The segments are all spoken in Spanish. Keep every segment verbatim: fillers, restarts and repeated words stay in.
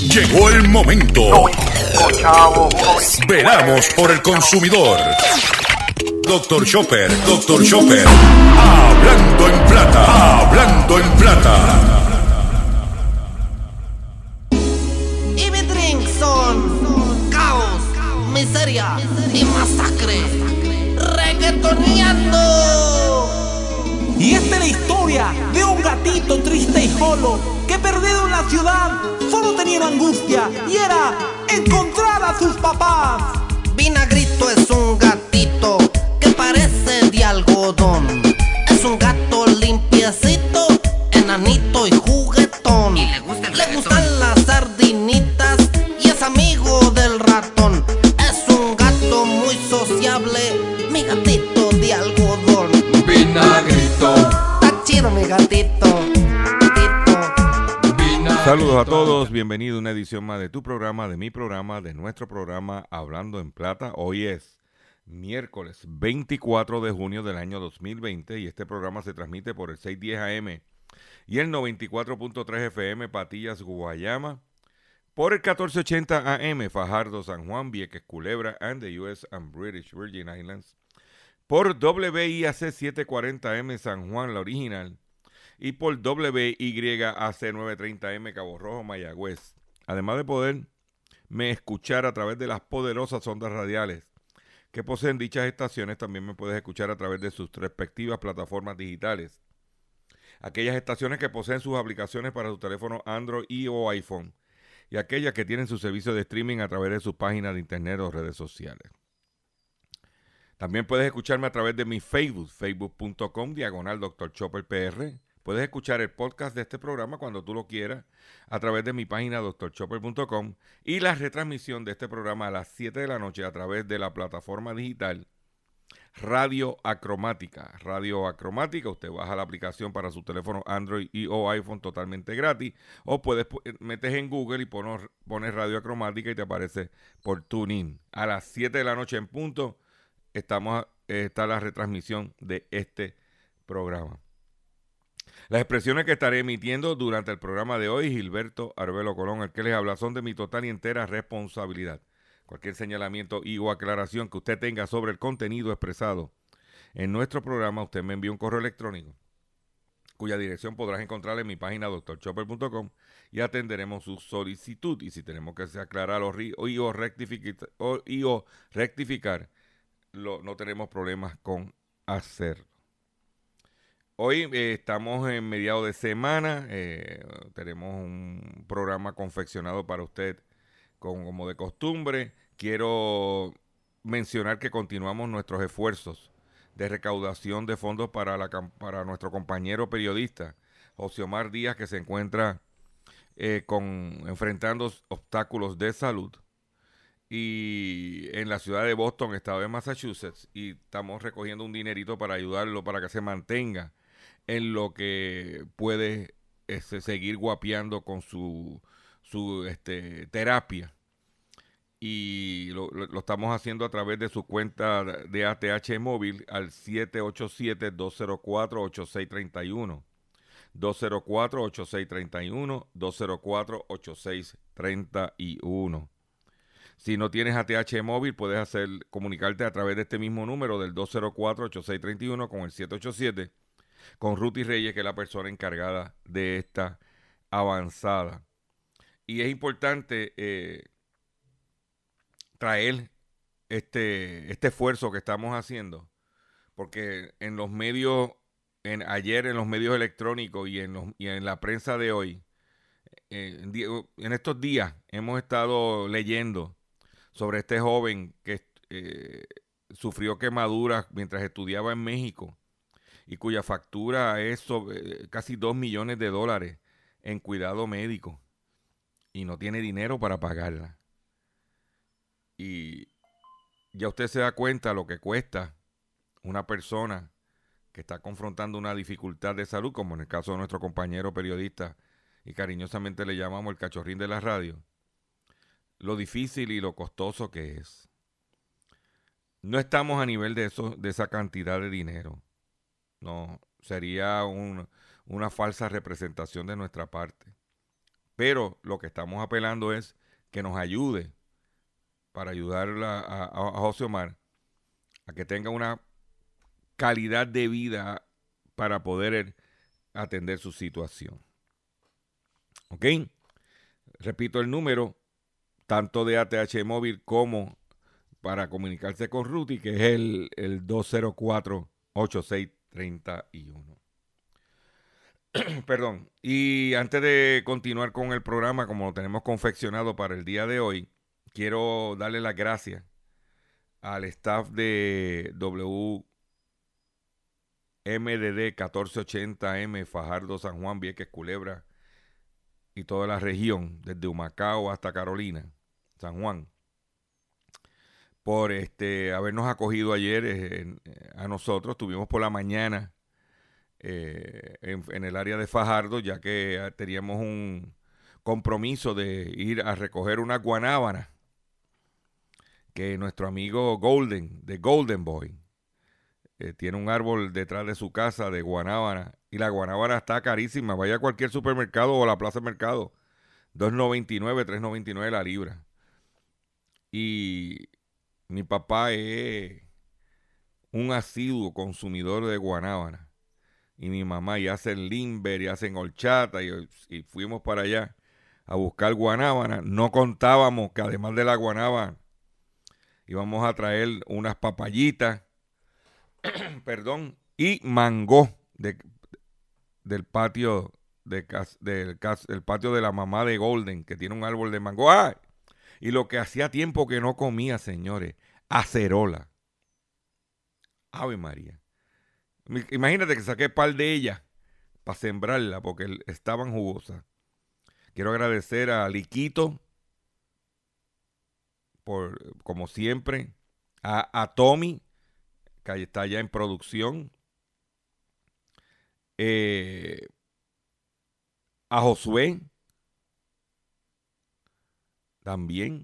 Llegó el momento. Veramos por el consumidor. Doctor Chopper, Doctor Chopper. Hablando en plata, hablando en plata. Y mi drink son caos, miseria y masacre. Reggaetoneando. Y esta es la historia de un gatito triste y solo que perdido en la ciudad solo tenía angustia y era encontrar a sus papás. Vinagrito es un gatito que parece de algodón. Es un gato limpiecito, enanito y juguetón. Y le, gusta le gustan las sardinitas y es amigo del ratón. Es un gato muy sociable, mi gatito de algodón. Vinagrito. Está chido mi gatito. Saludos a todos, bienvenido a una edición más de tu programa, de mi programa, de nuestro programa Hablando en Plata. Hoy es miércoles veinticuatro de junio del año dos mil veinte y este programa se transmite por el seiscientos diez A M y el noventa y cuatro punto tres F M Patillas, Guayama, por el catorce ochenta A M Fajardo, San Juan, Vieques, Culebra and the U S and British Virgin Islands, por W I A C setecientos cuarenta M San Juan, la original, y por W Y A C novecientos treinta M Cabo Rojo, Mayagüez. Además de poderme escuchar a través de las poderosas ondas radiales que poseen dichas estaciones, también me puedes escuchar a través de sus respectivas plataformas digitales. Aquellas estaciones que poseen sus aplicaciones para su teléfono Android y o iPhone, y aquellas que tienen su servicio de streaming a través de sus páginas de internet o redes sociales. También puedes escucharme a través de mi Facebook, facebook punto com, diagonal Doctor Chopper P R. Puedes escuchar el podcast de este programa cuando tú lo quieras a través de mi página doctor chopper punto com y la retransmisión de este programa a las siete de la noche a través de la plataforma digital Radio Acromática. Radio Acromática, usted baja la aplicación para su teléfono Android y o iPhone totalmente gratis, o puedes metes en Google y pones, pones Radio Acromática y te aparece por TuneIn. A las siete de la noche en punto estamos, eh, está la retransmisión de este programa. Las expresiones que estaré emitiendo durante el programa de hoy, Gilberto Arbelo Colón, el que les habla, son de mi total y entera responsabilidad. Cualquier señalamiento y o aclaración que usted tenga sobre el contenido expresado en nuestro programa, usted me envía un correo electrónico, cuya dirección podrás encontrar en mi página doctor chopper punto com y atenderemos su solicitud. Y si tenemos que aclarar o, y o rectificar, o, y o rectificar lo, no tenemos problemas con hacerlo. Hoy eh, estamos en mediados de semana, eh, tenemos un programa confeccionado para usted con, como de costumbre. Quiero mencionar que continuamos nuestros esfuerzos de recaudación de fondos para, la, para nuestro compañero periodista José Omar Díaz, que se encuentra eh, con, enfrentando obstáculos de salud y en la ciudad de Boston, estado de Massachusetts, y estamos recogiendo un dinerito para ayudarlo para que se mantenga en lo que puede este, seguir guapeando con su, su este, terapia. Y lo, lo, lo estamos haciendo a través de su cuenta de A T H móvil al siete ocho siete, dos cero cuatro, ocho seis tres uno. dos cero cuatro, ocho seis tres uno, dos cero cuatro, ocho seis tres uno. Si no tienes A T H móvil, puedes hacer comunicarte a través de este mismo número del dos cero cuatro, ocho seis tres uno con el siete ocho siete. Con Ruti Reyes, que es la persona encargada de esta avanzada. Y es importante eh, traer este, este esfuerzo que estamos haciendo, porque en los medios, en, ayer en los medios electrónicos y en, los, y en la prensa de hoy, eh, en, en estos días hemos estado leyendo sobre este joven que eh, sufrió quemaduras mientras estudiaba en México, y cuya factura es sobre, casi dos millones de dólares en cuidado médico, y no tiene dinero para pagarla. Y ya usted se da cuenta lo que cuesta una persona que está confrontando una dificultad de salud, como en el caso de nuestro compañero periodista, y cariñosamente le llamamos el cachorrín de la radio, lo difícil y lo costoso que es. No estamos a nivel de eso, de esa cantidad de dinero. No, sería un, una falsa representación de nuestra parte. pero lo que estamos apelando es que nos ayude para ayudar a, a, a José Omar a que tenga una calidad de vida para poder atender su situación. ¿Ok? Repito el número, tanto de A T H móvil como para comunicarse con Ruti, que es el, el dos cero cuatro, ocho seis tres uno. Perdón. Y antes de continuar con el programa, como lo tenemos confeccionado para el día de hoy, quiero darle las gracias al staff de W M D D catorce ochenta M, Fajardo, San Juan, Vieques, Culebra y toda la región, desde Humacao hasta Carolina, San Juan, por este habernos acogido ayer eh, a nosotros. Estuvimos por la mañana eh, en, en el área de Fajardo, ya que teníamos un compromiso de ir a recoger una guanábana que nuestro amigo Golden, de Golden Boy, eh, tiene un árbol detrás de su casa de guanábana, y la guanábana está carísima. Vaya a cualquier supermercado o a la plaza de mercado, dos noventa y nueve, tres noventa y nueve la libra. Y mi papá es un asiduo consumidor de guanábana, y mi mamá, y hacen limber y hacen horchata, y, y fuimos para allá a buscar guanábana. No contábamos que además de la guanábana íbamos a traer unas papayitas, perdón, y mango de, del patio de, del, del patio de la mamá de Golden, que tiene un árbol de mango. ¡Ay! Y lo que hacía tiempo que no comía, señores, acerola. Ave María. Imagínate que saqué par de ellas para sembrarla porque estaban jugosas. Quiero agradecer a Liquito por, como siempre, a, a Tommy, que está ya en producción, eh, a Josué también,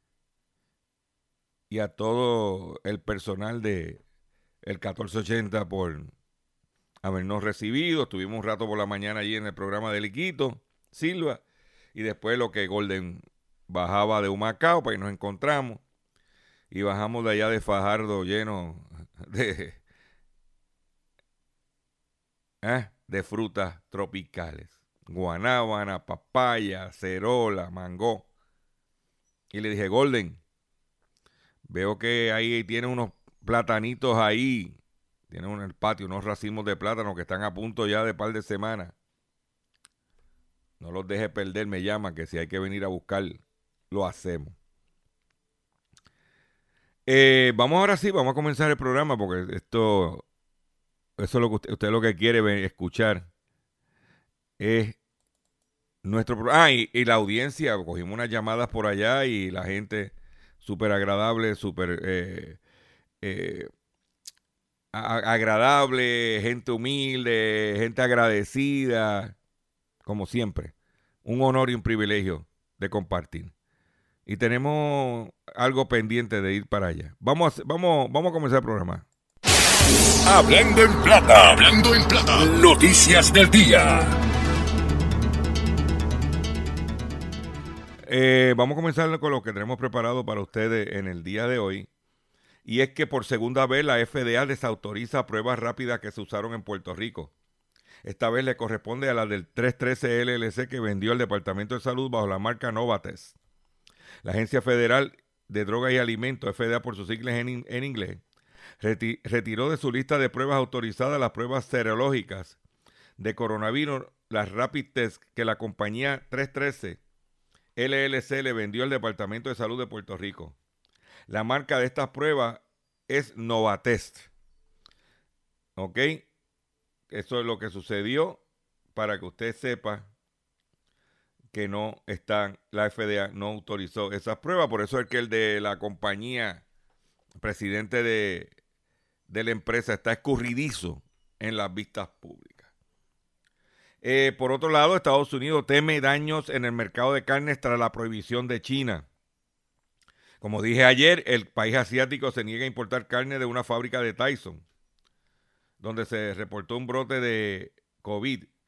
y a todo el personal de el catorce ochenta por habernos recibido. Estuvimos un rato por la mañana allí en el programa de Liquito Silva, y después lo que Golden bajaba de Humacao, pues nos encontramos y bajamos de allá de Fajardo lleno de, ¿eh? de frutas tropicales, guanábana, papaya, cerola, mango. Y le dije, Golden, veo que ahí tiene unos platanitos ahí, tiene en el patio unos racimos de plátano que están a punto ya de par de semanas. No los deje perder, me llama, que si hay que venir a buscar, lo hacemos. Eh, vamos ahora sí, vamos a comenzar el programa, porque esto, eso es lo que usted, usted lo que quiere ver, escuchar, es nuestro programa. Ah, y, y la audiencia, cogimos unas llamadas por allá y la gente súper agradable, súper eh, eh, agradable, gente humilde, gente agradecida, como siempre. Un honor y un privilegio de compartir. Y tenemos algo pendiente de ir para allá. Vamos a, vamos, vamos a comenzar el programa. Hablando en plata. Hablando en plata. Noticias del día. Eh, vamos a comenzar con lo que tenemos preparado para ustedes en el día de hoy. Y es que por segunda vez la F D A desautoriza pruebas rápidas que se usaron en Puerto Rico. Esta vez le corresponde a la del trescientos trece L L C que vendió el Departamento de Salud bajo la marca Novatest. La Agencia Federal de Drogas y Alimentos, F D A por sus siglas en, en inglés, reti, retiró de su lista de pruebas autorizadas las pruebas serológicas de coronavirus, las Rapid Test que la compañía trescientos trece L L C le vendió al Departamento de Salud de Puerto Rico. La marca de estas pruebas es Novatest. ¿Ok? Eso es lo que sucedió, para que usted sepa que no están, la F D A no autorizó esas pruebas. Por eso es que el de la compañía, presidente de, de la empresa, está escurridizo en las vistas públicas. Eh, por otro lado, Estados Unidos teme daños en el mercado de carnes tras la prohibición de China. Como dije ayer, el país asiático se niega a importar carne de una fábrica de Tyson, donde se reportó un brote de COVID.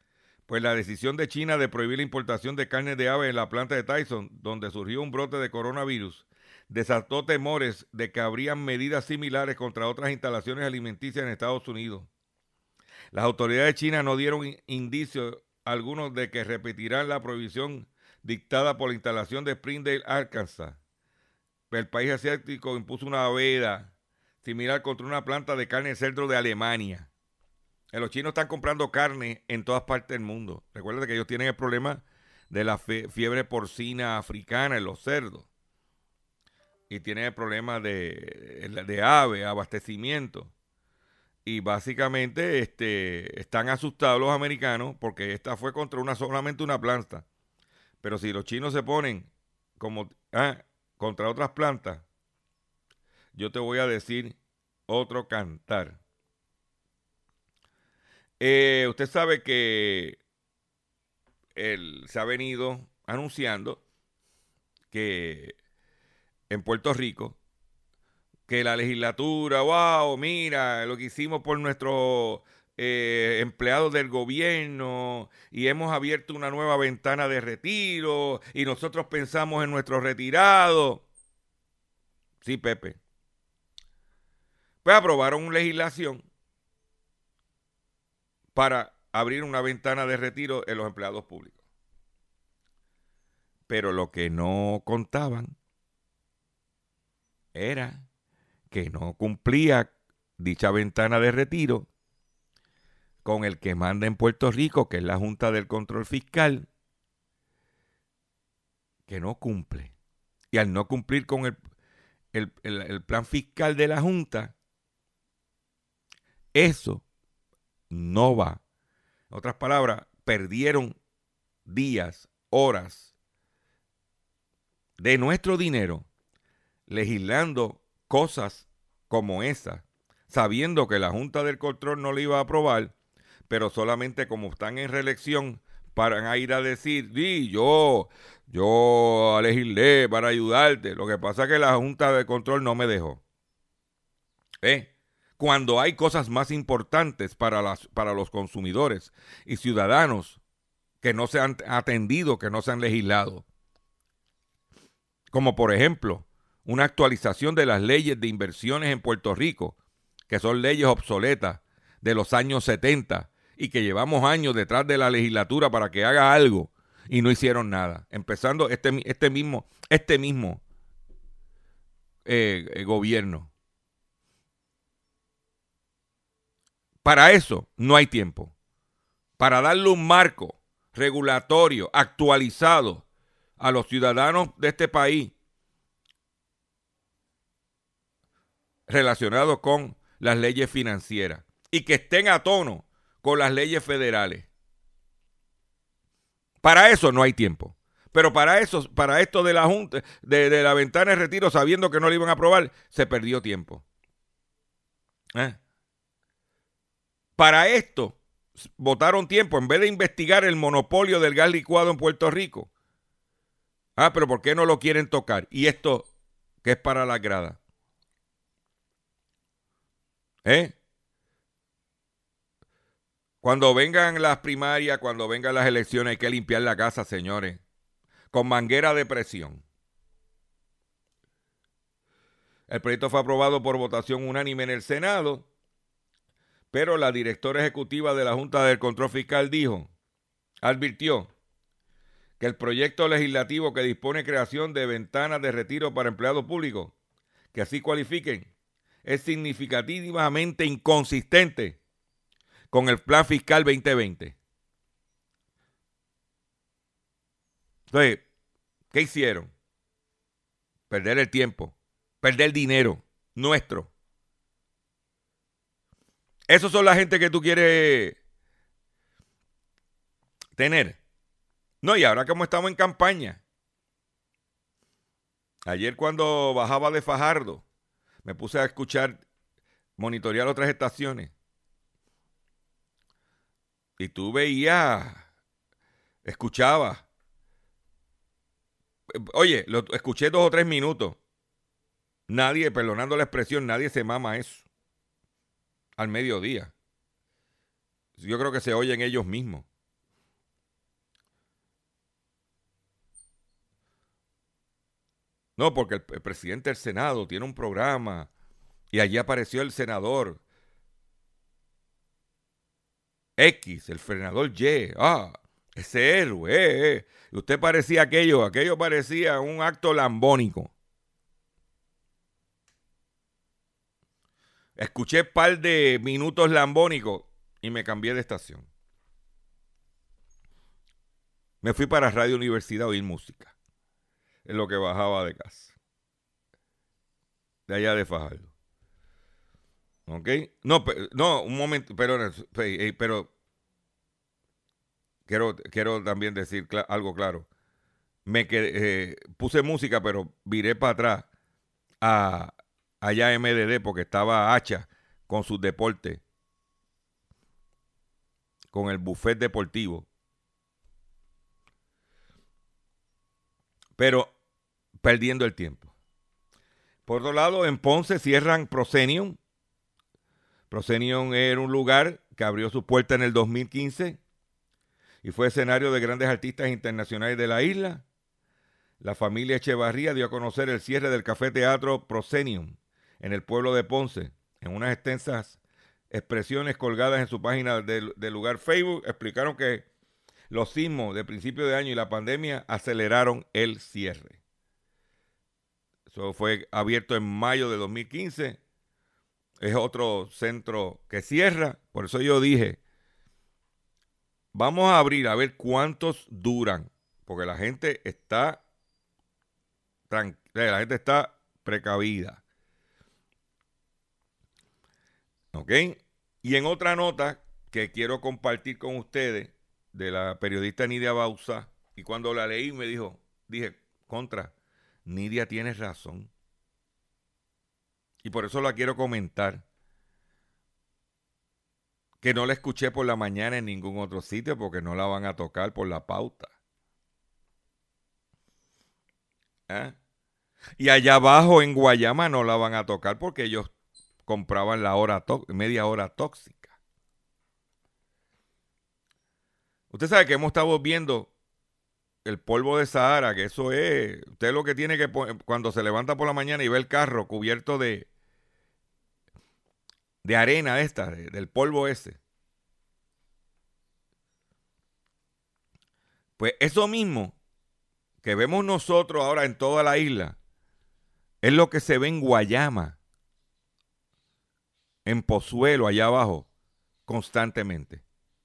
Pues la decisión de China de prohibir la importación de carne de ave en la planta de Tyson, donde surgió un brote de coronavirus, desató temores de que habrían medidas similares contra otras instalaciones alimenticias en Estados Unidos. Las autoridades chinas no dieron indicios algunos de que repetirán la prohibición dictada por la instalación de Springdale, Arkansas. El país asiático impuso una veda similar contra una planta de carne de cerdo de Alemania. Los chinos están comprando carne en todas partes del mundo. Recuerda que ellos tienen el problema de la fiebre porcina africana en los cerdos. Y tienen el problema de, de ave, abastecimiento. Y básicamente este, están asustados los americanos porque esta fue contra una solamente una planta. Pero si los chinos se ponen como ah, contra otras plantas, yo te voy a decir otro cantar. Eh, usted sabe que él se ha venido anunciando que en Puerto Rico, que la legislatura, wow, mira lo que hicimos por nuestros eh, empleados del gobierno y hemos abierto una nueva ventana de retiro y nosotros pensamos en nuestros retirados. Sí, Pepe. Pues aprobaron legislación para abrir una ventana de retiro en los empleados públicos. Pero lo que no contaban era que no cumplía dicha ventana de retiro con el que manda en Puerto Rico, que es la Junta del Control Fiscal, que no cumple. Y al no cumplir con el, el, el, el plan fiscal de la Junta, eso no va. En otras palabras, perdieron días, horas de nuestro dinero legislando cosas como esa, sabiendo que la Junta del Control no le iba a aprobar, pero solamente como están en reelección, para ir a decir, sí, yo, yo legislé para ayudarte. Lo que pasa es que la Junta de Control no me dejó. ¿Eh? Cuando hay cosas más importantes para, las, para los consumidores y ciudadanos que no se han atendido, que no se han legislado. Como por ejemplo, una actualización de las leyes de inversiones en Puerto Rico, que son leyes obsoletas de los años setenta y que llevamos años detrás de la legislatura para que haga algo y no hicieron nada. Empezando este, este mismo, este mismo eh, eh, gobierno. Para eso no hay tiempo. Para darle un marco regulatorio actualizado a los ciudadanos de este país relacionados con las leyes financieras y que estén a tono con las leyes federales. Para eso no hay tiempo. Pero para eso, para esto de la Junta, de, de la ventana de retiro, sabiendo que no le iban a aprobar, se perdió tiempo. ¿Eh? Para esto, votaron tiempo en vez de investigar el monopolio del gas licuado en Puerto Rico. Ah, pero ¿por qué no lo quieren tocar? Y esto, que es para la grada. ¿Eh? Cuando vengan las primarias, cuando vengan las elecciones, hay que limpiar la casa, señores, con manguera de presión. El proyecto fue aprobado por votación unánime en el Senado, pero la directora ejecutiva de la Junta del Control Fiscal dijo, advirtió que el proyecto legislativo que dispone creación de ventanas de retiro para empleados públicos que así cualifiquen es significativamente inconsistente con el Plan Fiscal veinte veinte. Entonces, ¿qué hicieron? Perder el tiempo, perder dinero nuestro. Esos son la gente que tú quieres tener. No, y ahora como estamos en campaña. Ayer cuando bajaba de Fajardo, me puse a escuchar, monitorear otras estaciones. Y tú veías, escuchabas. Oye, lo escuché dos o tres minutos. Nadie, perdonando la expresión, nadie se mama eso. Al mediodía. Yo creo que se oyen ellos mismos. No, porque el, el presidente del Senado tiene un programa y allí apareció el senador X, el senador Y. Ah, ese héroe. Eh, eh. Y usted parecía aquello, aquello parecía un acto lambónico. Escuché un par de minutos lambónicos y me cambié de estación. Me fui para Radio Universidad a oír música. Es lo que bajaba de casa. De allá de Fajardo. ¿Ok? No, no, un momento, pero, pero quiero, quiero también decir cl- algo claro. Me quedé, eh, puse música, pero viré para atrás a allá M D D porque estaba Hacha con sus deportes, con el buffet deportivo. Pero perdiendo el tiempo. Por otro lado, en Ponce cierran Proscenium. Proscenium era un lugar que abrió sus puertas en el dos mil quince y fue escenario de grandes artistas internacionales de la isla. La familia Echevarría dio a conocer el cierre del Café Teatro Proscenium en el pueblo de Ponce. En unas extensas expresiones colgadas en su página del, del lugar Facebook, explicaron que los sismos de principio de año y la pandemia aceleraron el cierre. Eso fue abierto en mayo de dos mil quince. Es otro centro que cierra. Por eso yo dije, vamos a abrir a ver cuántos duran. Porque la gente está tranquila, la gente está precavida. ¿Ok? Y en otra nota que quiero compartir con ustedes, de la periodista Nidia Bauza, y cuando la leí me dijo, dije, contra, Nidia tiene razón. Y por eso la quiero comentar. Que no la escuché por la mañana en ningún otro sitio porque no la van a tocar por la pauta. ¿Eh? Y allá abajo en Guayama no la van a tocar porque ellos compraban la hora media hora tóxica. Usted sabe que hemos estado viendo el polvo de Sahara, que eso es, usted lo que tiene que, cuando se levanta por la mañana y ve el carro cubierto de, de arena esta, de, del polvo ese. Pues eso mismo que vemos nosotros ahora en toda la isla, es lo que se ve en Guayama, en Pozuelo, allá abajo, constantemente.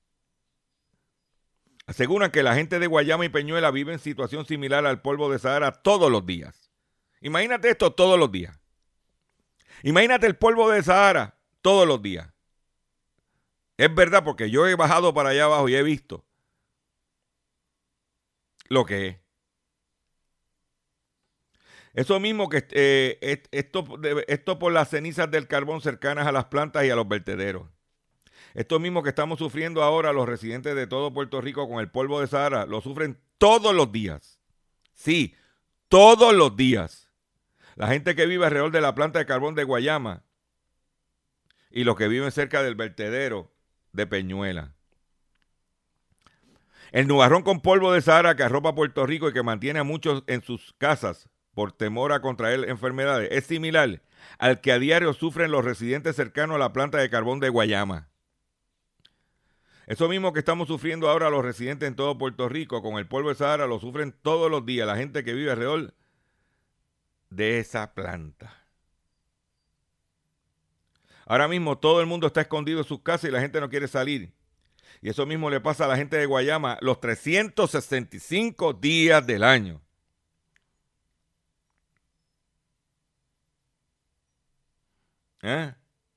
Aseguran que la gente de Guayama y Peñuela vive en situación similar al polvo de Sahara todos los días. Imagínate esto todos los días. Imagínate el polvo de Sahara todos los días. Es verdad, porque yo he bajado para allá abajo y he visto lo que es. Eso mismo que eh, esto, esto por las cenizas del carbón cercanas a las plantas y a los vertederos. Esto mismo que estamos sufriendo ahora los residentes de todo Puerto Rico con el polvo de Sahara, lo sufren todos los días. Sí, todos los días. La gente que vive alrededor de la planta de carbón de Guayama y los que viven cerca del vertedero de Peñuela. El nubarrón con polvo de Sahara que arropa Puerto Rico y que mantiene a muchos en sus casas por temor a contraer enfermedades es similar al que a diario sufren los residentes cercanos a la planta de carbón de Guayama. Eso mismo que estamos sufriendo ahora los residentes en todo Puerto Rico con el polvo de Sahara lo sufren todos los días la gente que vive alrededor de esa planta. Ahora mismo todo el mundo está escondido en sus casas y la gente no quiere salir. Y eso mismo le pasa a la gente de Guayama los trescientos sesenta y cinco días del año. ¿Eh?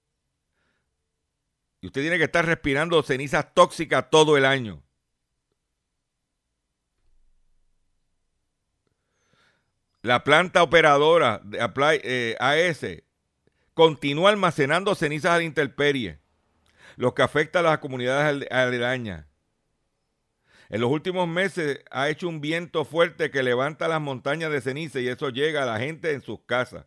Y usted tiene que estar respirando cenizas tóxicas todo el año. La planta operadora de Apply, eh, A S continúa almacenando cenizas a la intemperie, lo que afecta a las comunidades aledañas. En los últimos meses ha hecho un viento fuerte que levanta las montañas de ceniza y eso llega a la gente en sus casas.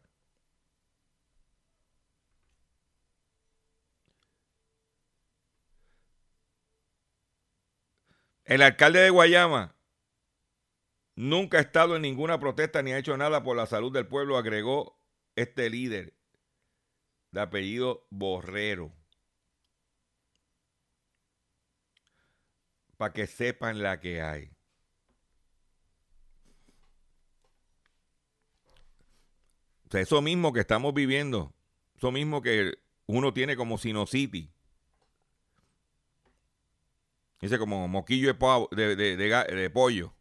El alcalde de Guayama Nunca ha estado en ninguna protesta ni ha hecho nada por la salud del pueblo, agregó este líder de apellido Borrero. Para que sepan la que hay. O sea, eso mismo que estamos viviendo, eso mismo que uno tiene como sinusitis. Dice como moquillo de, pavo, de, de, de, de pollo.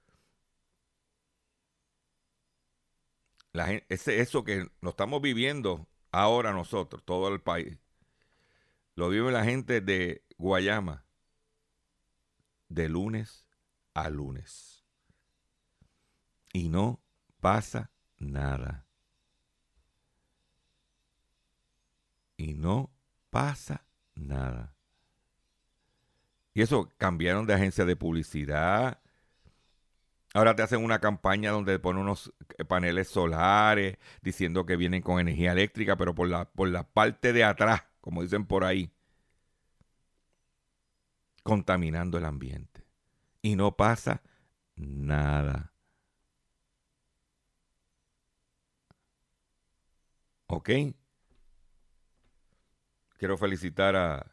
La gente, ese, eso que lo estamos viviendo ahora nosotros, todo el país, lo vive la gente de Guayama de lunes a lunes. Y no pasa nada. Y no pasa nada. Y eso, cambiaron de agencia de publicidad. Ahora te hacen una campaña donde ponen unos paneles solares diciendo que vienen con energía eléctrica, pero por la, por la parte de atrás, como dicen por ahí, contaminando el ambiente. Y no pasa nada. ¿Ok? Quiero felicitar a,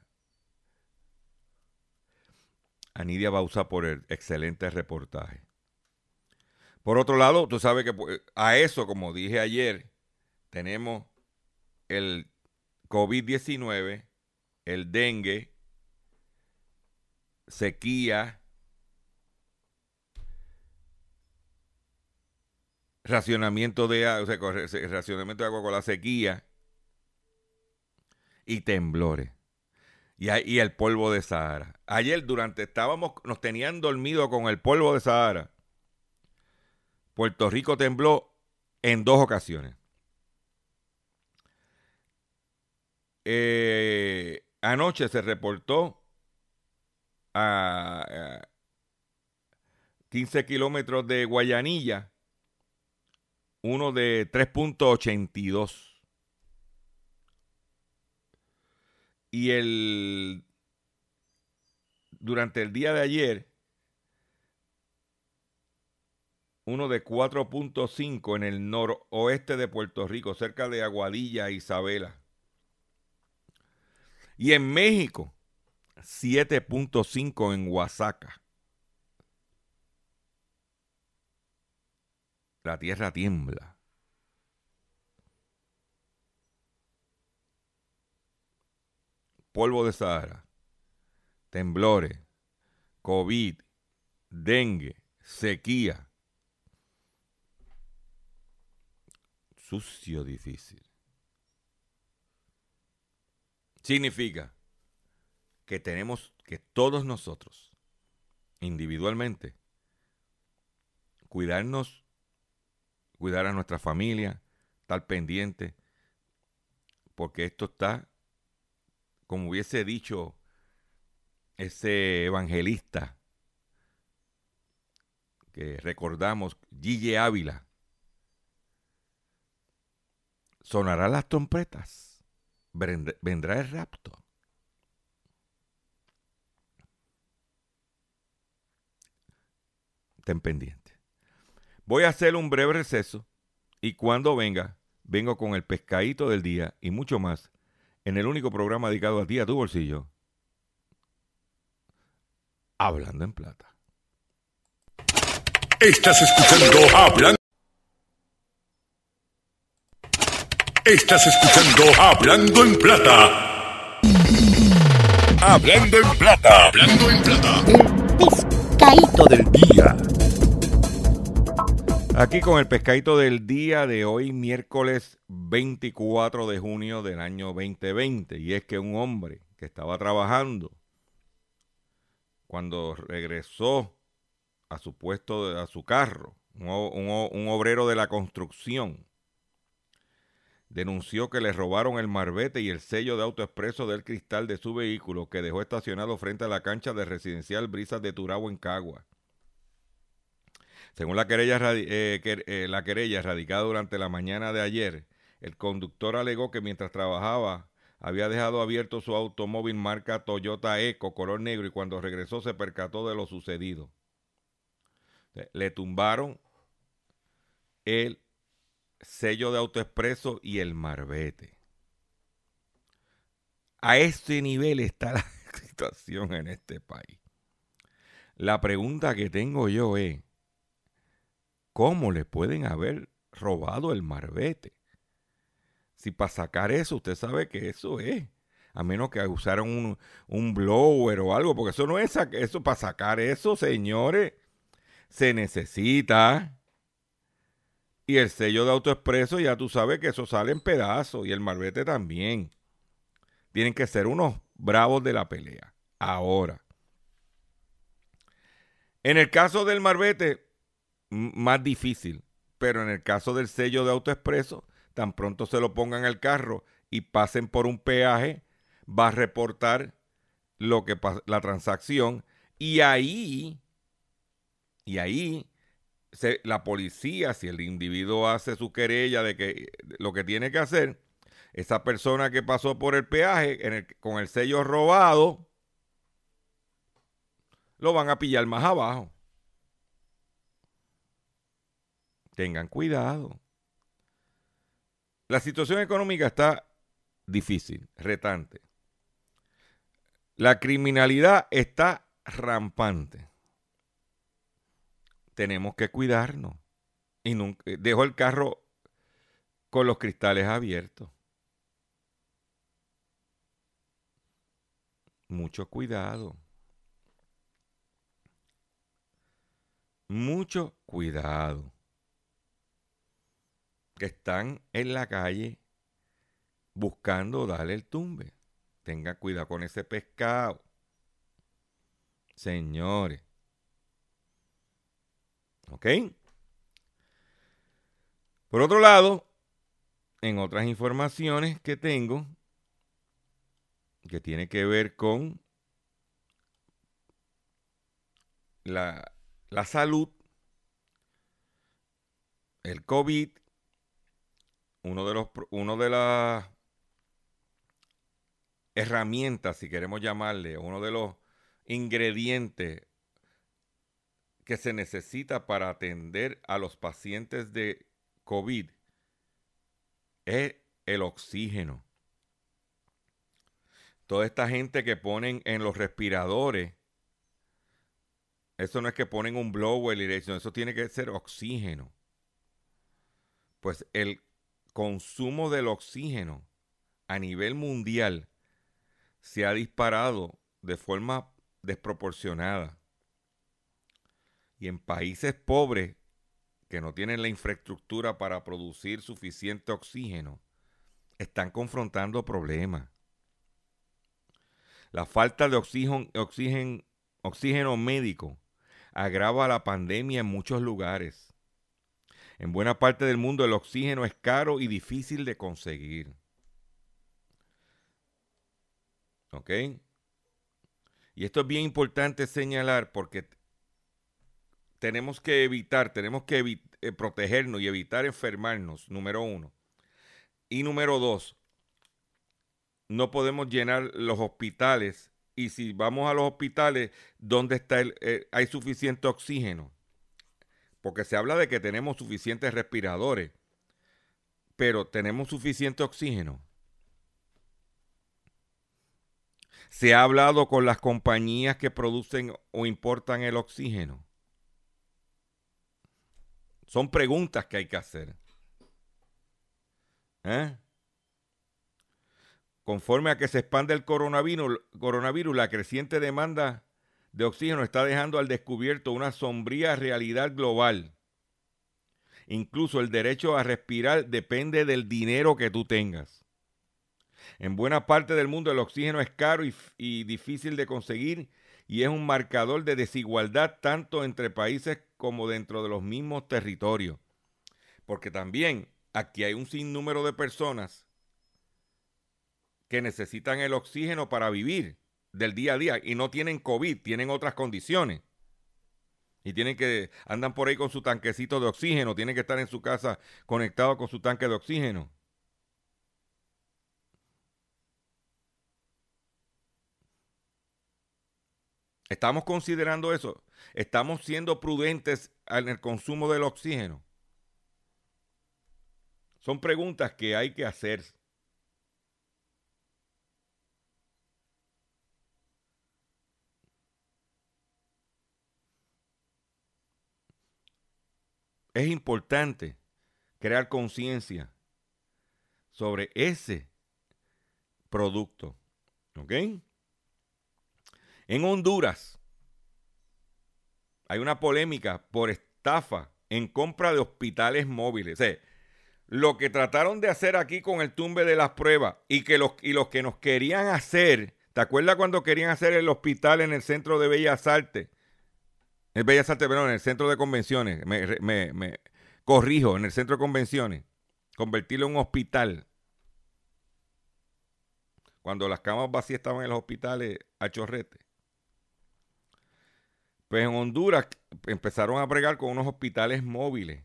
a Nidia Bauza por el excelente reportaje. Por otro lado, tú sabes que a eso, como dije ayer, tenemos el COVID diecinueve, el dengue, sequía, racionamiento de, o sea, racionamiento de agua con la sequía y temblores. Y, y el polvo de Sahara. Ayer durante estábamos, nos tenían dormido con el polvo de Sahara. Puerto Rico tembló en dos ocasiones. Eh, anoche se reportó a, a quince kilómetros de Guayanilla, uno de tres punto ochenta y dos. Y el durante el día de ayer, uno de cuatro punto cinco en el noroeste de Puerto Rico, cerca de Aguadilla e Isabela. Y en México, siete punto cinco en Oaxaca. La tierra tiembla. Polvo de Sahara, temblores, COVID, dengue, sequía. Sucio, difícil. Significa que tenemos que todos nosotros, individualmente, cuidarnos, cuidar a nuestra familia, estar pendiente, porque esto está, como hubiese dicho ese evangelista que recordamos, Gille Ávila, sonarán las trompetas, vendrá el rapto. Ten pendiente. Voy a hacer un breve receso y cuando venga, vengo con el pescadito del día y mucho más en el único programa dedicado a ti, a tu bolsillo, Hablando en Plata. Estás escuchando Hablando. Estás escuchando Hablando en Plata. Hablando en Plata. Hablando en Plata. El pescadito del día. Aquí con el pescadito del día de hoy, miércoles veinticuatro de junio del año veinte veinte. Y es que un hombre que estaba trabajando, cuando regresó a su puesto, a su carro, un, un, un obrero de la construcción, denunció que le robaron el marbete y el sello de AutoExpreso del cristal de su vehículo que dejó estacionado frente a la cancha de residencial Brisas de Turabo en Cagua. Según la querella, eh, que, eh, la querella radicada durante la mañana de ayer, el conductor alegó que mientras trabajaba había dejado abierto su automóvil marca Toyota Eco color negro y cuando regresó se percató de lo sucedido. Le tumbaron el sello de AutoExpreso y el marbete. A este nivel está la situación en este país. La pregunta que tengo yo es, ¿cómo le pueden haber robado el marbete? Si para sacar eso, usted sabe que eso es, a menos que usaran un, un blower o algo, porque eso no es, eso para sacar eso, señores, se necesita. Y el sello de AutoExpreso, ya tú sabes que eso sale en pedazos, y el marbete también. Tienen que ser unos bravos de la pelea. Ahora, en el caso del marbete, más difícil, pero en el caso del sello de AutoExpreso, tan pronto se lo pongan al carro y pasen por un peaje, va a reportar lo que la transacción, y ahí, y ahí, se, la policía, si el individuo hace su querella de que lo que tiene que hacer, esa persona que pasó por el peaje en el, con el sello robado, lo van a pillar más abajo. Tengan cuidado. La situación económica está difícil, retante. La criminalidad está rampante. Tenemos que cuidarnos. Y nunca, dejo el carro con los cristales abiertos. Mucho cuidado. Mucho cuidado. Que están en la calle buscando darle el tumbe. Tengan cuidado con ese pescado. Señores. ¿Ok? Por otro lado, en otras informaciones que tengo, que tiene que ver con la, la salud, el COVID, uno de los uno de las herramientas, si queremos llamarle, uno de los ingredientes que se necesita para atender a los pacientes de COVID es el oxígeno. Toda esta gente que ponen en los respiradores, eso no es que ponen un blower, eso tiene que ser oxígeno. Pues el consumo del oxígeno a nivel mundial se ha disparado de forma desproporcionada. Y en países pobres que no tienen la infraestructura para producir suficiente oxígeno, están confrontando problemas. La falta de oxígeno, oxígeno, oxígeno médico agrava la pandemia en muchos lugares. En buena parte del mundo el oxígeno es caro y difícil de conseguir. ¿Ok? Y esto es bien importante señalar porque tenemos que evitar, tenemos que evi- eh, protegernos y evitar enfermarnos, número uno. Y número dos, no podemos llenar los hospitales. Y si vamos a los hospitales, ¿dónde está el, eh, hay suficiente oxígeno? Porque se habla de que tenemos suficientes respiradores, pero ¿tenemos suficiente oxígeno? ¿Se ha hablado con las compañías que producen o importan el oxígeno? Son preguntas que hay que hacer. ¿Eh? Conforme a que se expande el coronavirus, coronavirus, la creciente demanda de oxígeno está dejando al descubierto una sombría realidad global. Incluso el derecho a respirar depende del dinero que tú tengas. En buena parte del mundo el oxígeno es caro y, y difícil de conseguir y es un marcador de desigualdad tanto entre países como dentro de los mismos territorios. Porque también aquí hay un sinnúmero de personas que necesitan el oxígeno para vivir del día a día y no tienen COVID, tienen otras condiciones. Y tienen que, andan por ahí con su tanquecito de oxígeno, tienen que estar en su casa conectados con su tanque de oxígeno. ¿Estamos considerando eso? ¿Estamos siendo prudentes en el consumo del oxígeno? Son preguntas que hay que hacer. Es importante crear conciencia sobre ese producto. ¿Ok? En Honduras hay una polémica por estafa en compra de hospitales móviles. O sea, lo que trataron de hacer aquí con el tumbe de las pruebas y que los, y los que nos querían hacer, ¿te acuerdas cuando querían hacer el hospital en el Centro de Bellas Artes? El Bellas Artes, perdón, en el Centro de Convenciones. Me, me, me corrijo, en el Centro de Convenciones. Convertirlo en un hospital. Cuando las camas vacías estaban en los hospitales a chorrete. Pues en Honduras empezaron a bregar con unos hospitales móviles.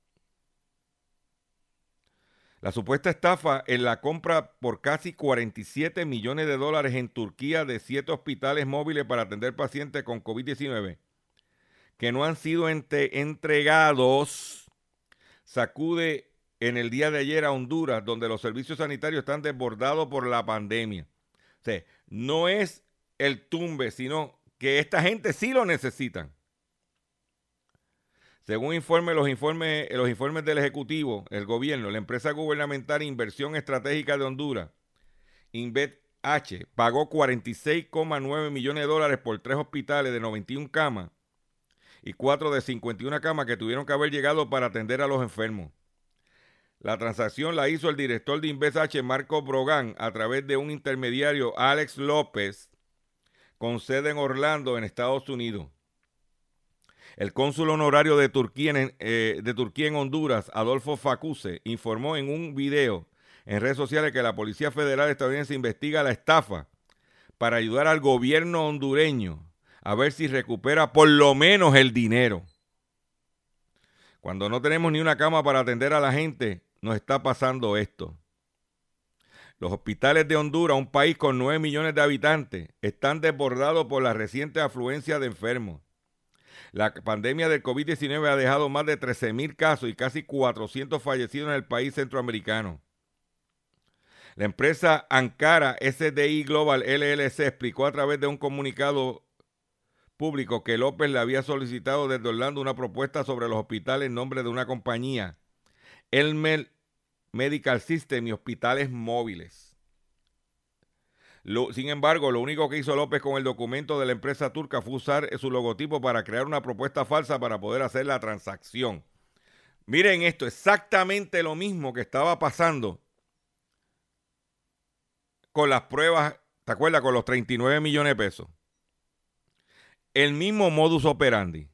La supuesta estafa en la compra por casi cuarenta y siete millones de dólares en Turquía de siete hospitales móviles para atender pacientes con COVID diecinueve que no han sido ente- entregados sacude en el día de ayer a Honduras, donde los servicios sanitarios están desbordados por la pandemia. O sea, no es el tumbe, sino que esta gente sí lo necesitan. Según informe, los informes, los informes del Ejecutivo, el gobierno, la empresa gubernamental Inversión Estratégica de Honduras, InvestH, pagó cuarenta y seis coma nueve millones de dólares por tres hospitales de noventa y una camas y cuatro de cincuenta y una camas que tuvieron que haber llegado para atender a los enfermos. La transacción la hizo el director de InvestH, Marco Brogan, a través de un intermediario, Alex López, con sede en Orlando, en Estados Unidos. El cónsul honorario de Turquía, en, eh, de Turquía en Honduras, Adolfo Facuse, informó en un video en redes sociales que la Policía Federal estadounidense investiga la estafa para ayudar al gobierno hondureño a ver si recupera por lo menos el dinero. Cuando no tenemos ni una cama para atender a la gente, nos está pasando esto. Los hospitales de Honduras, un país con nueve millones de habitantes, están desbordados por la reciente afluencia de enfermos. La pandemia del COVID diecinueve ha dejado más de trece mil casos y casi cuatrocientos fallecidos en el país centroamericano. La empresa Ankara S D I Global L L C explicó a través de un comunicado público que López le había solicitado desde Orlando una propuesta sobre los hospitales en nombre de una compañía, Elmer Medical System, y hospitales móviles. Lo, sin embargo, lo único que hizo López con el documento de la empresa turca fue usar su logotipo para crear una propuesta falsa para poder hacer la transacción. Miren esto, exactamente lo mismo que estaba pasando con las pruebas, ¿te acuerdas? Con los treinta y nueve millones de pesos. El mismo modus operandi.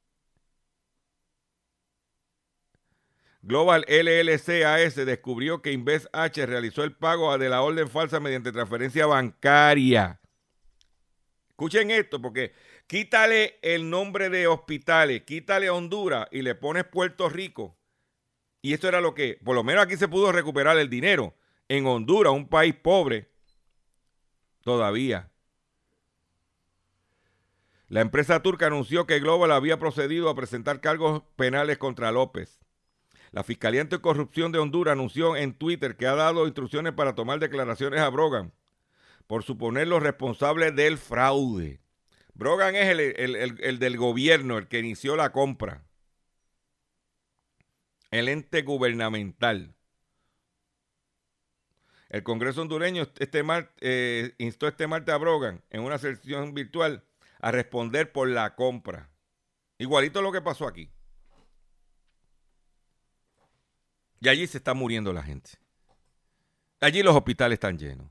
Global L L C A S descubrió que InvestH realizó el pago de la orden falsa mediante transferencia bancaria. Escuchen esto, porque quítale el nombre de hospitales, quítale Honduras y le pones Puerto Rico. Y esto era lo que, por lo menos aquí se pudo recuperar el dinero. En Honduras, un país pobre, todavía. La empresa turca anunció que Global había procedido a presentar cargos penales contra López. La Fiscalía Anticorrupción de Honduras anunció en Twitter que ha dado instrucciones para tomar declaraciones a Brogan por suponerlo responsable del fraude. Brogan es el, el, el, el del gobierno, el que inició la compra. El ente gubernamental. El Congreso hondureño este mar, eh, instó este martes a Brogan en una sesión virtual a responder por la compra. Igualito lo que pasó aquí. Y allí se está muriendo la gente. Allí los hospitales están llenos.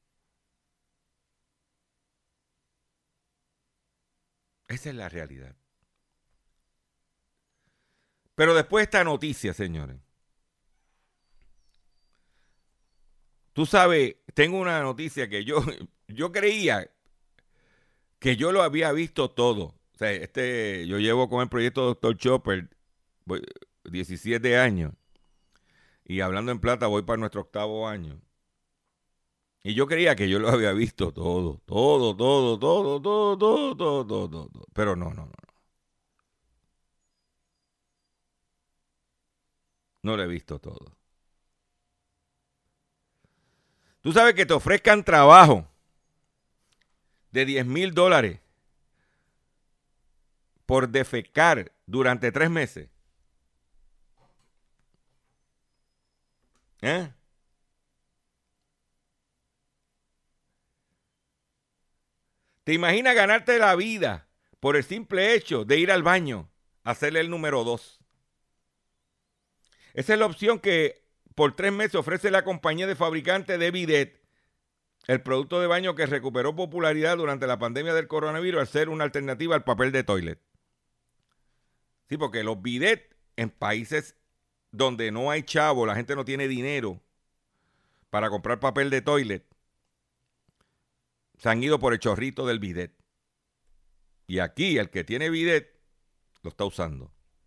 Esa es la realidad. Pero después de esta noticia, señores. Tú sabes, tengo una noticia que yo, yo creía que yo lo había visto todo. O sea, este, yo llevo con el proyecto doctor Chopper diecisiete años. Y hablando en plata, voy para nuestro octavo año. Y yo creía que yo lo había visto todo, todo, todo, todo, todo, todo, todo, todo, todo. Pero no, no, no. No lo he visto todo. Tú sabes que te ofrezcan trabajo de diez mil dólares por defecar durante tres meses. ¿Eh? ¿Te imaginas ganarte la vida por el simple hecho de ir al baño a hacerle el número dos? Esa es la opción que por tres meses ofrece la compañía de fabricante de bidet, el producto de baño que recuperó popularidad durante la pandemia del coronavirus al ser una alternativa al papel de toilet. Sí, porque los bidet en países donde no hay chavo, la gente no tiene dinero para comprar papel de toilet, se han ido por el chorrito del bidet. Y aquí el que tiene bidet lo está usando.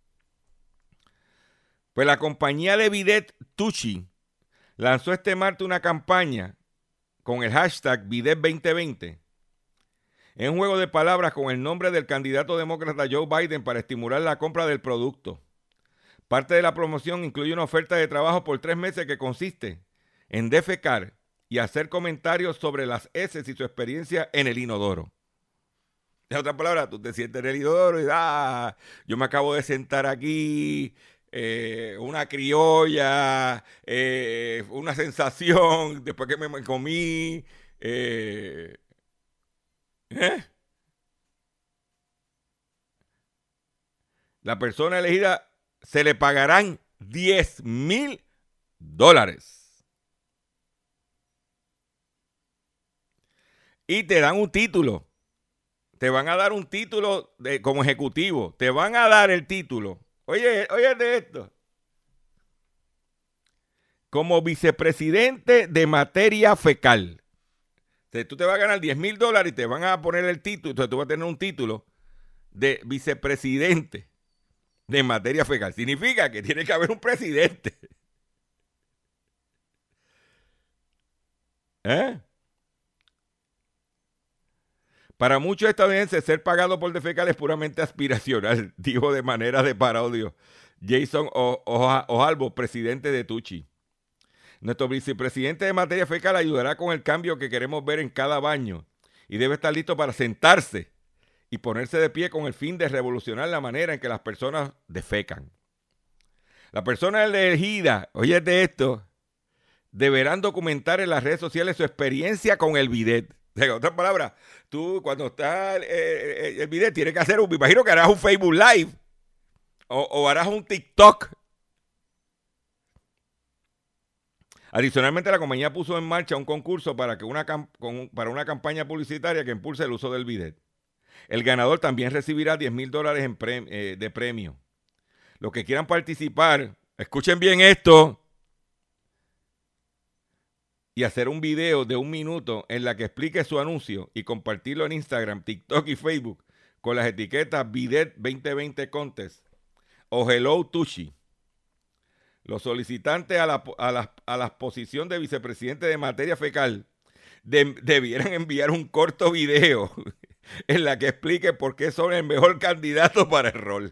Pues la compañía de bidet Tushy lanzó este martes una campaña con el hashtag bidet veinte veinte. Es un juego de palabras con el nombre del candidato demócrata Joe Biden para estimular la compra del producto. Parte de la promoción incluye una oferta de trabajo por tres meses que consiste en defecar y hacer comentarios sobre las heces y su experiencia en el inodoro. En otras palabras, tú te sientes en el inodoro y ah, yo me acabo de sentar aquí, eh, una criolla, eh, una sensación después que me comí. Eh, ¿eh? La persona elegida se le pagarán diez mil dólares. Y te dan un título. Te van a dar un título de, como ejecutivo. Te van a dar el título. Oye, oye de esto. Como vicepresidente de materia fecal. O sea, tú te vas a ganar diez mil dólares y te van a poner el título. Entonces tú vas a tener un título de vicepresidente de materia fecal. Significa que tiene que haber un presidente. ¿Eh? Para muchos estadounidenses, ser pagado por defecar es puramente aspiracional, dijo de manera de parodio Jason Ojalvo, presidente de Tushy. Nuestro vicepresidente de materia fecal ayudará con el cambio que queremos ver en cada baño y debe estar listo para sentarse y ponerse de pie con el fin de revolucionar la manera en que las personas defecan. La persona elegida, oye de esto, deberán documentar en las redes sociales su experiencia con el bidet. En otras palabras, tú cuando está eh, el bidet tienes que hacer un, me imagino que harás un Facebook Live o, o harás un TikTok. Adicionalmente, la compañía puso en marcha un concurso para, que una, con, para una campaña publicitaria que impulse el uso del bidet. El ganador también recibirá diez mil dólares en pre, eh, de premio. Los que quieran participar, escuchen bien esto, y hacer un video de un minuto en la que explique su anuncio y compartirlo en Instagram, TikTok y Facebook con las etiquetas Bidet veinte veinte Contest o Hello Tushy. Los solicitantes a la, a la, a la posición de vicepresidente de materia fecal de, debieran enviar un corto video en la que explique por qué son el mejor candidato para el rol.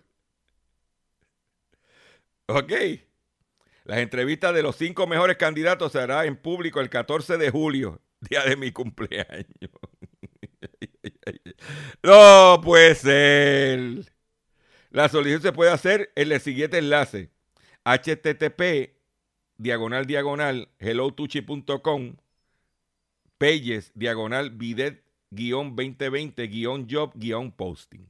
Ok. Las entrevistas de los cinco mejores candidatos se hará en público el catorce de julio, día de mi cumpleaños. No puede ser. La solicitud se puede hacer en el siguiente enlace: http diagonal diagonal hellotushy punto com pages diagonal bidet guión veinte veinte guión job guión posting.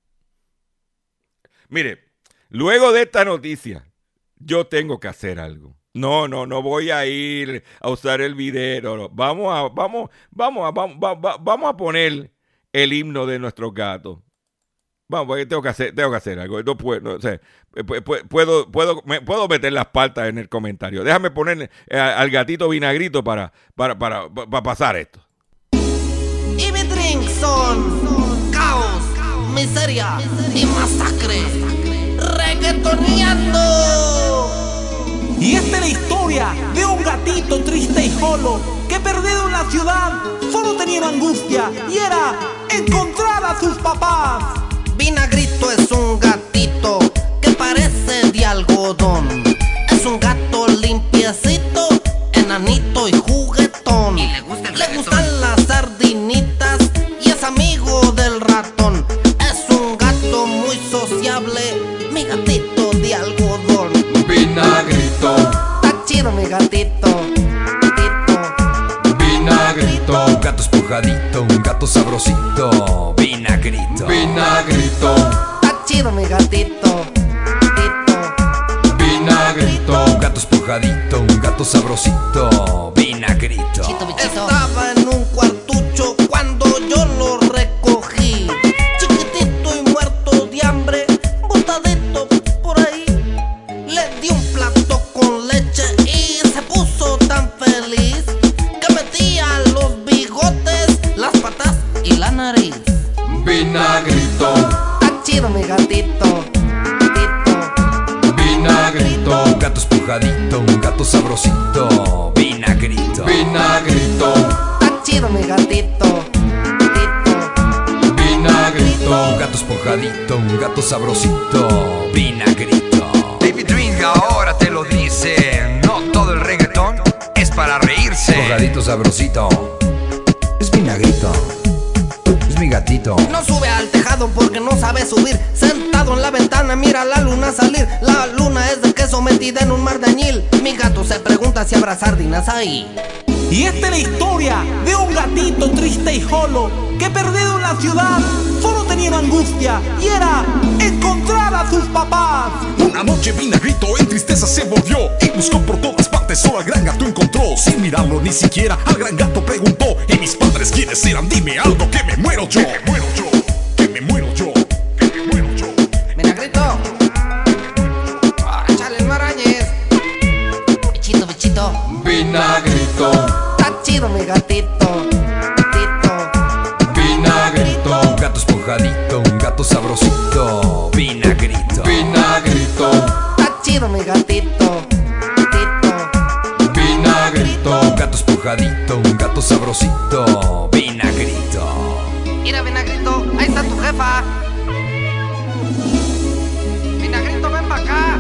Mire, luego de esta noticia, yo tengo que hacer algo. No, no, no voy a ir a usar el video. No. Vamos a, vamos, vamos a, vamos, vamos, vamos a poner el himno de nuestros gatos. Vamos, porque tengo que hacer, tengo que hacer algo. No puedo, no, o sea, puedo, puedo, me, puedo meter las patas en el comentario. Déjame poner al gatito vinagrito para, para, para, para pasar esto. Y mi drink son caos, miseria y masacre. Reggaetoneando. Y esta es la historia de un gatito triste y solo que perdido en la ciudad solo tenía una angustia y era encontrar a sus papás. Vinagrito es un gatito que parece de algodón. Es un gato limpiecito, enanito y juguetón. Y le, gusta le gustan las sardinitas y es amigo del ratón. Es un gato muy sociable, mi gatito de algodón. Vinagrito, está chido mi gatito, gatito. Vinagrito, Un gato esponjadito, un gato sabrosito. Vinagrito, Vinagrito, Está chido mi gatito, gatito. Vinagrito, un gato esponjadito, un gato sabrosito. Vinagrito, Bichito, bichito. Estaba en un cuartucho cuando yo lo recogí, chiquitito y muerto de hambre, botadito por ahí. Le di un plato con leche y se puso tan feliz que metía los bigotes, las patas y la nariz. Vinagrito, Está chido mi gatito, gatito. Vinagrito, un gato esponjadito, un gato sabrosito. Vinagrito, Vinagrito, Está chido mi gatito, gatito. Vinagrito, un gato esponjadito, un gato sabrosito. Vinagrito. David Ring ahora te lo dice. No todo el reggaetón es para reírse. Esponjadito sabrosito. Es Vinagrito. Es mi gatito. No sube al tejado porque no sabe subir. Sentado en la ventana mira la luna salir. La luna es de queso metida en un mar de añil. Mi gato se pregunta si habrá sardinas ahí. Y esta es la historia de un gatito triste y solo que perdido en la ciudad solo tenía una angustia y era encontrar a sus papás. Una noche Vinagrito en tristeza se volvió y buscó por todas partes, solo al gran gato encontró. Sin mirarlo ni siquiera al gran gato preguntó: ¿y mis padres quiénes eran? Dime algo, que me muero yo, que me muero yo, que me muero yo, que me muero yo. Vinagrito, échale el marañez. Bichito, bichito. Vinagrito, Está chido mi gatito, gatito. Vinagrito, Un gato esponjadito, un gato sabrosito. Vinagrito, Vinagrito, Está chido mi gatito, gatito. Vinagrito, un gato esponjadito, un gato sabrosito. Vinagrito. Mira, Vinagrito, ahí está tu jefa. Vinagrito, ven para acá.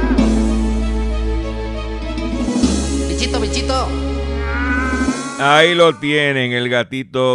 Bichito, bichito. Ahí lo tienen, el gatito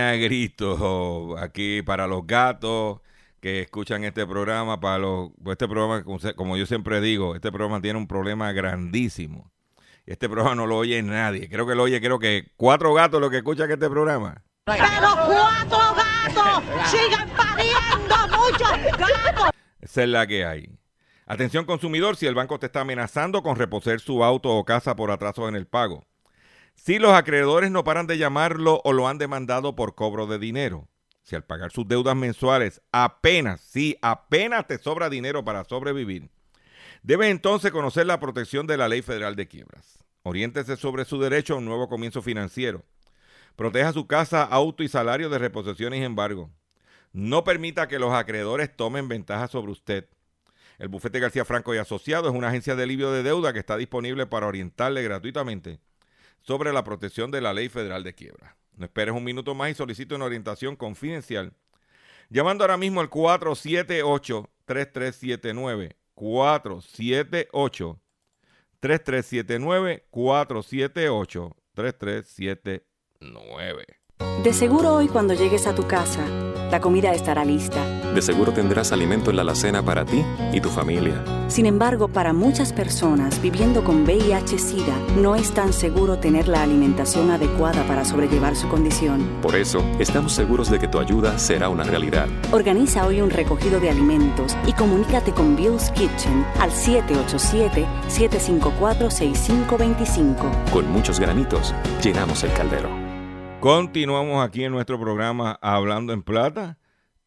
Vinagrito. Aquí para los gatos que escuchan este programa, para los, pues este programa, como, se- como yo siempre digo, este programa tiene un problema grandísimo. Este programa no lo oye nadie. Creo que lo oye, creo que cuatro gatos los que escuchan este programa. Pero cuatro gatos, sigan pariendo muchos gatos. Esa es la que hay. Atención consumidor, si el banco te está amenazando con reposer su auto o casa por atraso en el pago. Si los acreedores no paran de llamarlo o lo han demandado por cobro de dinero. Si al pagar sus deudas mensuales apenas, sí, apenas te sobra dinero para sobrevivir, debe entonces conocer la protección de la Ley Federal de Quiebras. Oriéntese sobre su derecho a un nuevo comienzo financiero. Proteja su casa, auto y salario de reposiciones y embargo. No permita que los acreedores tomen ventaja sobre usted. El Bufete García Franco y Asociados es una agencia de alivio de deuda que está disponible para orientarle gratuitamente sobre la protección de la Ley Federal de Quiebra. No esperes un minuto más y solicite una orientación confidencial llamando ahora mismo al cuatro siete ocho, tres tres siete nueve, cuatro siete ocho, tres tres siete nueve, cuatro siete ocho, tres tres siete nueve. De seguro hoy cuando llegues a tu casa, la comida estará lista. De seguro tendrás alimento en la alacena para ti y tu familia. Sin embargo, para muchas personas viviendo con V I H SIDA, no es tan seguro tener la alimentación adecuada para sobrellevar su condición. Por eso, estamos seguros de que tu ayuda será una realidad. Organiza hoy un recogido de alimentos y comunícate con Bill's Kitchen al siete ocho siete, siete cinco cuatro, seis cinco dos cinco. Con muchos granitos, llenamos el caldero. Continuamos aquí en nuestro programa Hablando en Plata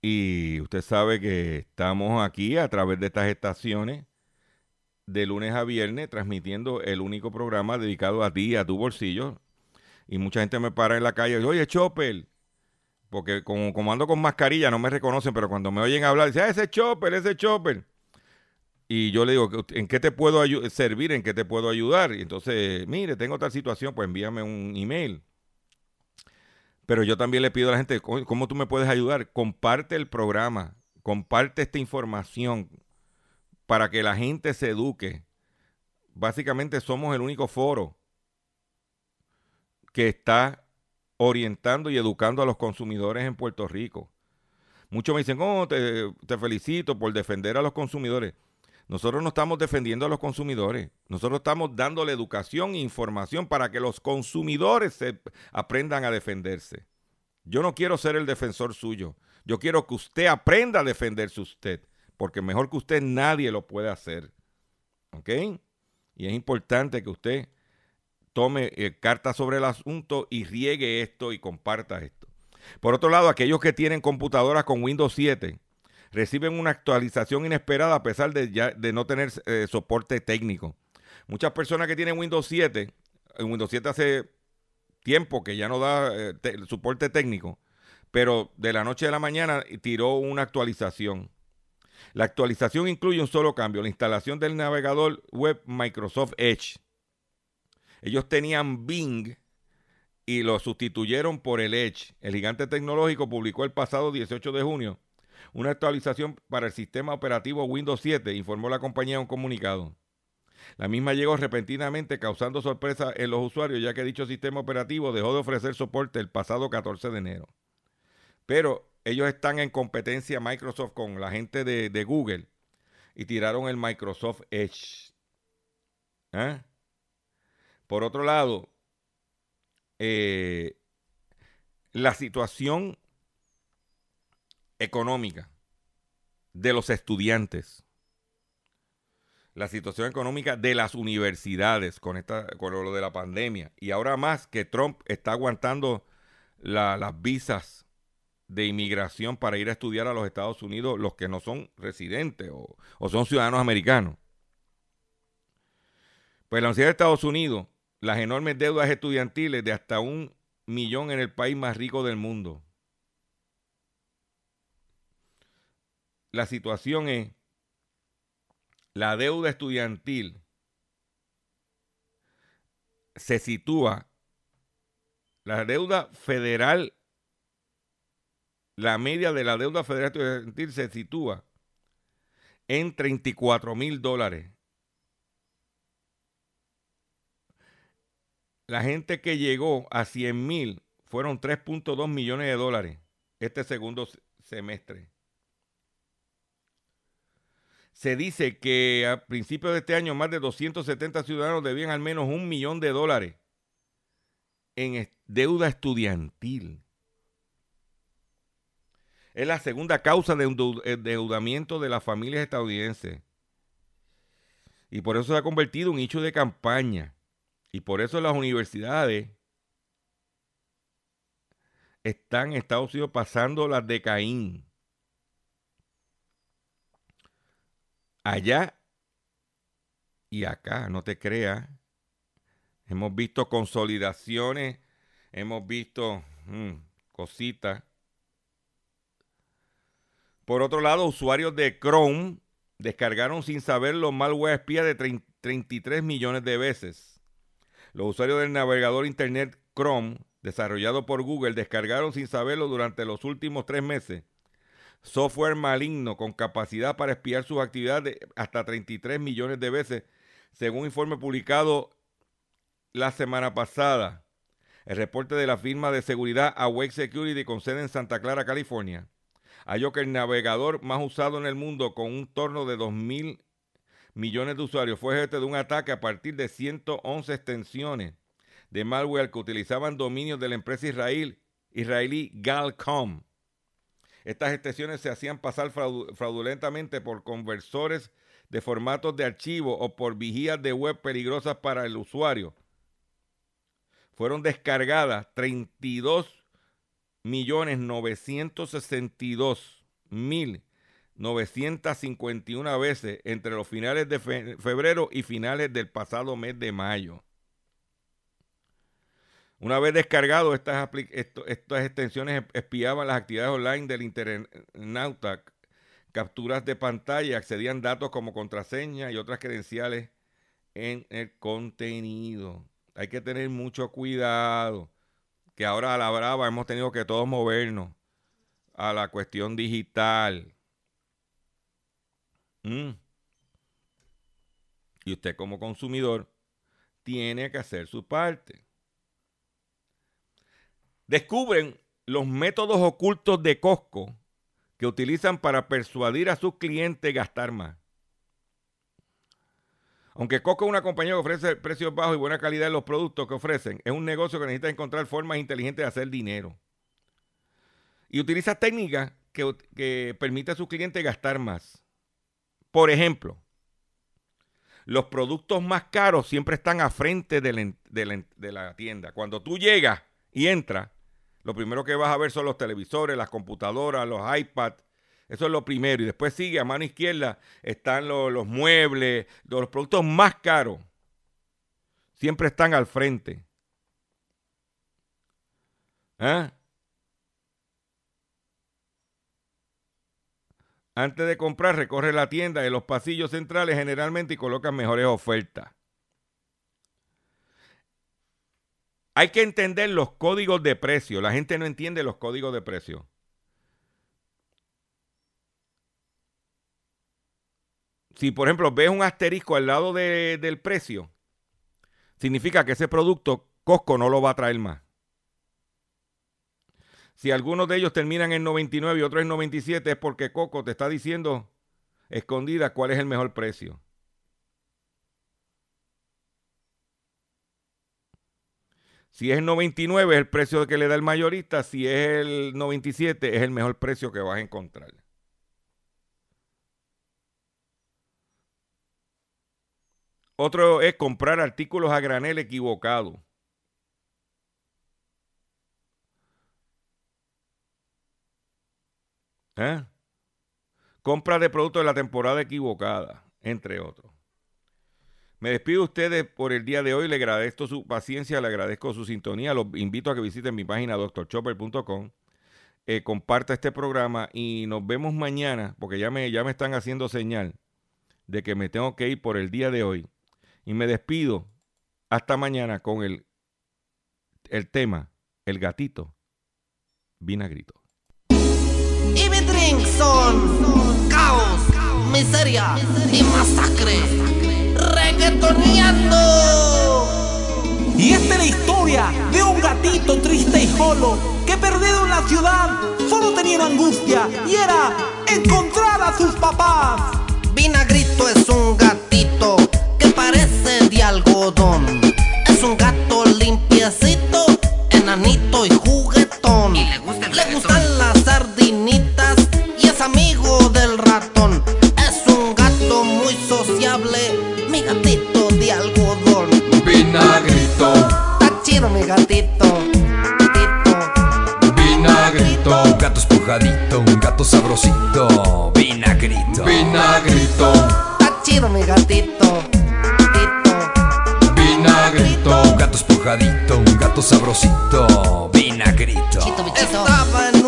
y usted sabe que estamos aquí a través de estas estaciones de lunes a viernes transmitiendo el único programa dedicado a ti y a tu bolsillo. Y mucha gente me para en la calle y dice: oye, Chopper, porque como, como ando con mascarilla no me reconocen, pero cuando me oyen hablar dicen: ah, ese Chopper, ese Chopper. y yo le digo, ¿en qué te puedo ayu- servir? ¿En qué te puedo ayudar? Y entonces, mire, tengo tal situación, pues envíame un email. Pero yo también le pido a la gente, ¿cómo, cómo tú me puedes ayudar? Comparte el programa, comparte esta información para que la gente se eduque. Básicamente somos el único foro que está orientando y educando a los consumidores en Puerto Rico. Muchos me dicen, oh, te, te felicito por defender a los consumidores. Nosotros no estamos defendiendo a los consumidores. Nosotros estamos dándole educación e información para que los consumidores se aprendan a defenderse. Yo no quiero ser el defensor suyo. Yo quiero que usted aprenda a defenderse usted, porque mejor que usted nadie lo puede hacer. ¿Ok? Y es importante que usted tome eh, cartas sobre el asunto y riegue esto y comparta esto. Por otro lado, aquellos que tienen computadoras con Windows siete reciben una actualización inesperada a pesar de, ya, de no tener eh, soporte técnico. Muchas personas que tienen Windows siete, en Windows siete hace tiempo que ya no da eh, te, soporte técnico, pero de la noche a la mañana tiró una actualización. La actualización incluye un solo cambio, la instalación del navegador web Microsoft Edge. Ellos tenían Bing y lo sustituyeron por el Edge. El gigante tecnológico publicó el pasado dieciocho de junio una actualización para el sistema operativo Windows siete, informó la compañía en un comunicado. La misma llegó repentinamente causando sorpresa en los usuarios, ya que dicho sistema operativo dejó de ofrecer soporte el pasado catorce de enero. Pero ellos están en competencia Microsoft con la gente de, de Google y tiraron el Microsoft Edge. ¿Eh? Por otro lado, eh, la situación económica de los estudiantes, la situación económica de las universidades con, esta, con lo de la pandemia, y ahora más que Trump está aguantando la, las visas de inmigración para ir a estudiar a los Estados Unidos, los que no son residentes o, o son ciudadanos americanos. Pues la Universidad de Estados Unidos, las enormes deudas estudiantiles de hasta un millón en el país más rico del mundo. La situación es, la deuda estudiantil se sitúa, la deuda federal, la media de la deuda federal estudiantil se sitúa en treinta y cuatro mil dólares. La gente que llegó a cien mil fueron tres punto dos millones de dólares este segundo semestre. Se dice que a principios de este año más de doscientos setenta ciudadanos debían al menos un millón de dólares en deuda estudiantil. Es la segunda causa de endeudamiento de las familias estadounidenses. Y por eso se ha convertido en un hecho de campaña. Y por eso las universidades están en Estados Unidos pasando las de Caín. Allá y acá, no te creas. Hemos visto consolidaciones, hemos visto mmm, cositas. Por otro lado, usuarios de Chrome descargaron sin saberlo malware espía de treinta y tres millones de veces. Los usuarios del navegador internet Chrome, desarrollado por Google, descargaron sin saberlo durante los últimos tres meses software maligno con capacidad para espiar sus actividades hasta treinta y tres millones de veces, según un informe publicado la semana pasada. El reporte de la firma de seguridad Awake Security con sede en Santa Clara, California, halló que el navegador más usado en el mundo, con un torno de dos mil millones de usuarios, fue objeto de un ataque a partir de ciento once extensiones de malware que utilizaban dominios de la empresa israel, israelí Galcom. Estas extensiones se hacían pasar fraudulentamente por conversores de formatos de archivo o por vigías de web peligrosas para el usuario. Fueron descargadas treinta y dos millones novecientos sesenta y dos mil novecientos cincuenta y una veces entre los finales de fe febrero y finales del pasado mes de mayo. Una vez descargado, estas, esto, estas extensiones espiaban las actividades online del internauta, capturas de pantalla, accedían datos como contraseña y otras credenciales en el contenido. Hay que tener mucho cuidado, que ahora a la brava hemos tenido que todos movernos a la cuestión digital. Mm. Y usted como consumidor tiene que hacer su parte. Descubren los métodos ocultos de Costco que utilizan para persuadir a sus clientes a gastar más. Aunque Costco es una compañía que ofrece precios bajos y buena calidad en los productos que ofrecen, es un negocio que necesita encontrar formas inteligentes de hacer dinero. Y utiliza técnicas que, que permiten a sus clientes gastar más. Por ejemplo, los productos más caros siempre están a frente de la, de la, de la tienda. Cuando tú llegas y entras, lo primero que vas a ver son los televisores, las computadoras, los iPads. Eso es lo primero. Y después sigue a mano izquierda, están los, los muebles, los productos más caros. Siempre están al frente. ¿Ah? Antes de comprar, recorre la tienda en los pasillos centrales generalmente y colocan mejores ofertas. Hay que entender los códigos de precio. La gente no entiende los códigos de precio. Si, por ejemplo, ves un asterisco al lado de, del precio, significa que ese producto Costco no lo va a traer más. Si algunos de ellos terminan en noventa y nueve y otros en noventa y siete, es porque Costco te está diciendo escondida cuál es el mejor precio. Si es el noventa y nueve, es el precio que le da el mayorista. Si es el noventa y siete, es el mejor precio que vas a encontrar. Otro es comprar artículos a granel equivocados. ¿Eh? Compra de productos de la temporada equivocada, entre otros. Me despido de ustedes por el día de hoy. Le agradezco su paciencia, le agradezco su sintonía. Los invito a que visiten mi página doctor chopper punto com. Eh, comparta este programa y nos vemos mañana, porque ya me, ya me están haciendo señal de que me tengo que ir por el día de hoy. Y me despido hasta mañana con el, el tema, el gatito vinagrito. Y mi drink son caos, miseria y masacre. Reggaetoneando. Y esta es la historia de un gatito triste y solo que perdido en la ciudad solo tenía angustia y era encontrar a sus papás. Vinagrito es un gatito que parece de algodón. Es un gato limpiecito, enanito y juguetón. Y le, gusta el le gustan las sardinitas y es amigo del ratón. Es un gato muy sociable, mi gatito de algodón. Vinagrito, está chido mi gatito. Gatito. Vinagrito, Un gato esponjadito, un gato sabrosito. Vinagrito. Vinagrito, Está chido mi gatito. Gatito. Vinagrito, Un gato esponjadito, un gato sabrosito. Vinagrito. Estaba en